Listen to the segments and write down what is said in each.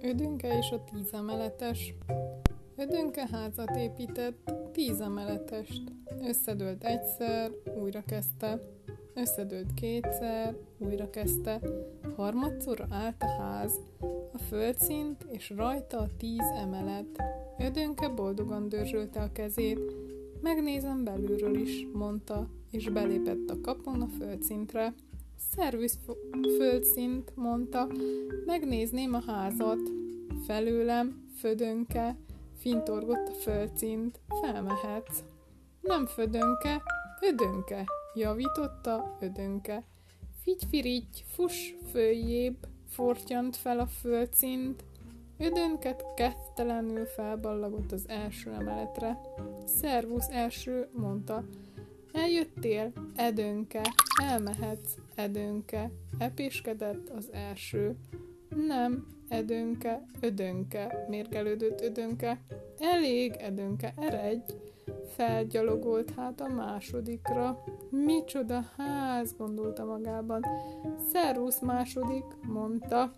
Ödönke és a 10 emeletes. Ödönke házat épített, 10 emeletest. Összedőlt egyszer, újra kezdte. Összedőlt kétszer, újra kezdte. Harmadszorra állt a ház, a földszint és rajta a 10 emelet. Ödönke boldogan dörzsölte a kezét. Megnézem belülről is, mondta, és belépett a kapun a földszintre. Szervusz, földszint, mondta, megnézném a házat. Felőlem, Födönke, fintorgott a földszint, felmehetsz. Nem Födönke, Ödönke, javította Ödönke. Figyfirigy, fuss följébb, fortyant fel a földszint. Ödönket kezdtelenül felballagott az első emeletre. Szervusz első, mondta. Eljöttél, Edönke, elmehetsz, Edönke, epéskedett az első. Nem, Edönke, Ödönke, mérgelődött Ödönke. Elég, Edönke, eredj! Felgyalogolt hát a másodikra. Micsoda ház, gondolta magában. Szervusz második, mondta.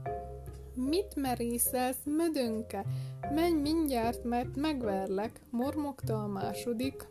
Mit merészelsz, Mödönke? Menj mindjárt, mert megverlek, mormogta a második.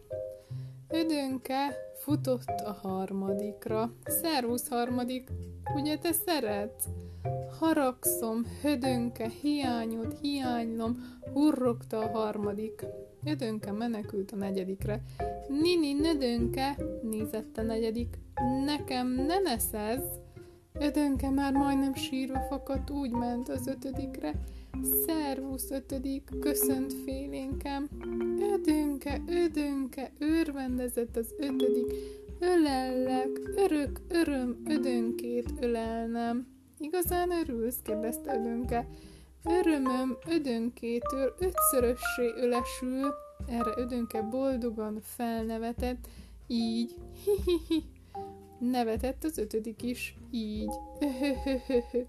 Ödönke futott a harmadikra. Szervusz harmadik, ugye te szeretsz? Haragszom, Hödönke, hiányod, hiánylom, hurrogta a harmadik. Ödönke menekült a negyedikre. Nini, Nödönke, nézett a negyedik. Nekem ne neszezz! Ödönke már majdnem sírva fakadt, úgy ment az ötödikre. Szervusz ötödik, köszönt félénkem. Ödönke, Ödönke, örvendezett az ötödik. Ölellek, örök öröm Ödönkét ölelnem. Igazán örülsz? kérdezte Ödönke. Örömöm Ödönkétől ötszörössé ölesül. Erre Ödönke boldogan felnevetett, így, hi-hi-hi. Nevetett az ötödik is, így, öhöhöhö.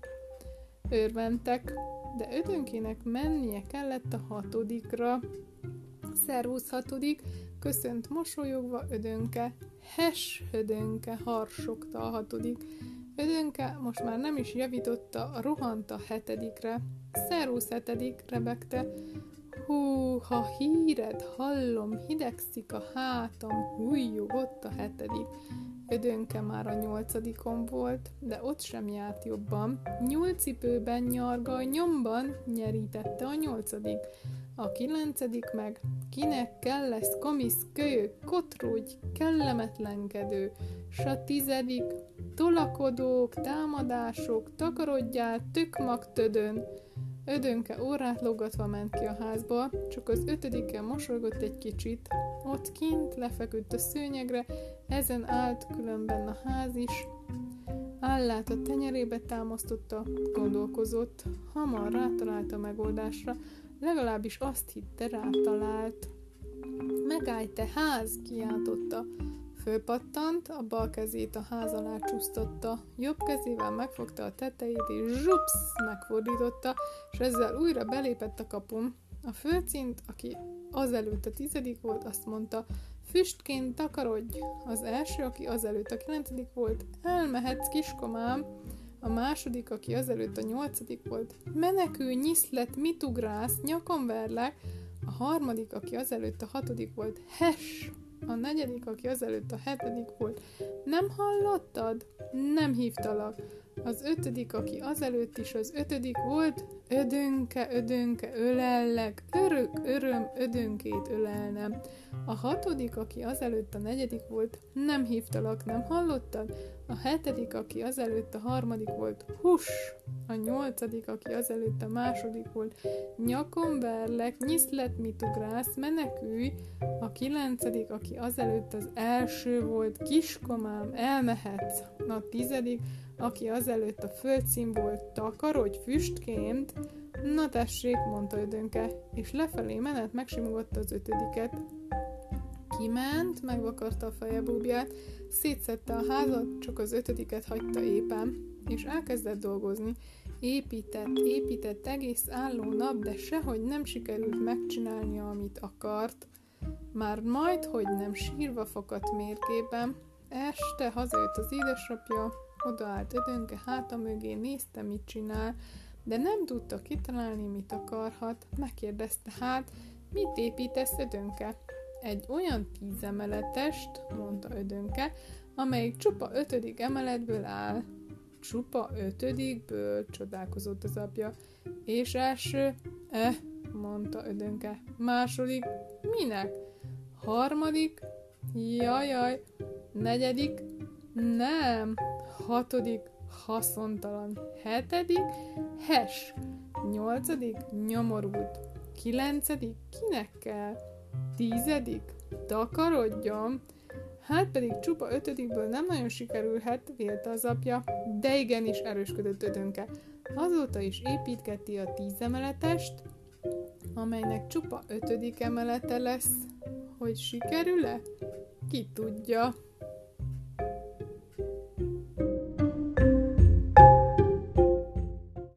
Örventek, de Ödönkének mennie kellett a hatodikra. Szervusz hatodik, köszönt mosolyogva Ödönke. Hes, Ödönke, harsogta a hatodik. Ödönke most már nem is javította, rohant a hetedikre. Szervusz hetedik, rebegte. Hú, ha híred hallom, hidegszik a hátam, hújjogott a hetedik. Ödönke már a 8. volt, de ott sem járt jobban. Nyúlcipőben nyargal nyomban nyerítette a 8. A 9. meg kinek kell lesz komisz kölyök, kotrógy, kellemetlenkedő, s a 10. tolakodók, támadások, takarodjál, tökmag tödön. Ödönke órát lógatva ment ki a házba, csak az 5. mosolygott egy kicsit. Ott kint lefeküdt a szőnyegre, ezen állt különben a ház is. Állát a tenyerébe támasztotta, gondolkozott, hamar rátalált a megoldásra, legalábbis azt hitte, rátalált. Megállj te ház, kiáltotta. Fölpattant, a bal kezét a ház alá csúsztatta, jobb kezével megfogta a tetejét, és zsupsz megfordította, és ezzel újra belépett a kapun. A földszint, aki azelőtt a 10. volt, azt mondta, füstként takarodj. Az első, aki azelőtt a 9. volt, elmehetsz, kiskomám. A második, aki azelőtt a 8. volt, menekülj, nyiszlet, mit ugrálsz, nyakon verlek. A harmadik, aki azelőtt a 6. volt, hes. A 4., aki azelőtt a 7. volt, nem hallottad? Nem hívtalak. Az 5., aki azelőtt is az 5. volt, Ödönke, Ödönke, ölellek, örök öröm Ödönkét ölelnem. A 6., aki azelőtt a 4. volt, nem hívtalak, nem hallottad? A 7., aki azelőtt a 3. volt, hús! A 8., aki azelőtt a 2. volt, nyakon verlek, nyiszlet, mit ugrálsz, menekülj! A 9., aki azelőtt az első volt, kiskomám, elmehetsz! A 10., aki azelőtt a földszín volt, takarodj füstként. Na tessék, mondta Ödönke, és lefelé menet megsimogatta az 5. Kiment, megvakarta a feje búbját, szétszedte a házat, csak az 5. hagyta éppen, és elkezdett dolgozni. Épített egész álló nap, de sehogy nem sikerült megcsinálnia, amit akart. Már majd, hogy nem sírva fakadt mérgében. Este hazajött az édesapja, odaállt Ödönke háta mögé, nézte, mit csinál, de nem tudta kitalálni, mit akarhat. Megkérdezte hát, mit építesz, Ödönke? Egy olyan 10 emeletest, mondta Ödönke, amelyik csupa 5. emeletből áll. Csupa 5-ből, csodálkozott az apja. És első? Mondta Ödönke. Második? Minek? Harmadik? Jajaj. Negyedik? Nem. Hatodik? Haszontalan. Hetedik? Hes. Nyolcadik? Nyomorult. Kilencedik? Kinek kell? 10. Takarodjon. Hát pedig csupa 5-ből nem nagyon sikerülhet, vélte az apja, de igenis erősködött Ödönke. Azóta is építgeti a 10 emeletest, amelynek csupa 5. emelete lesz. Hogy sikerül-e? Ki tudja.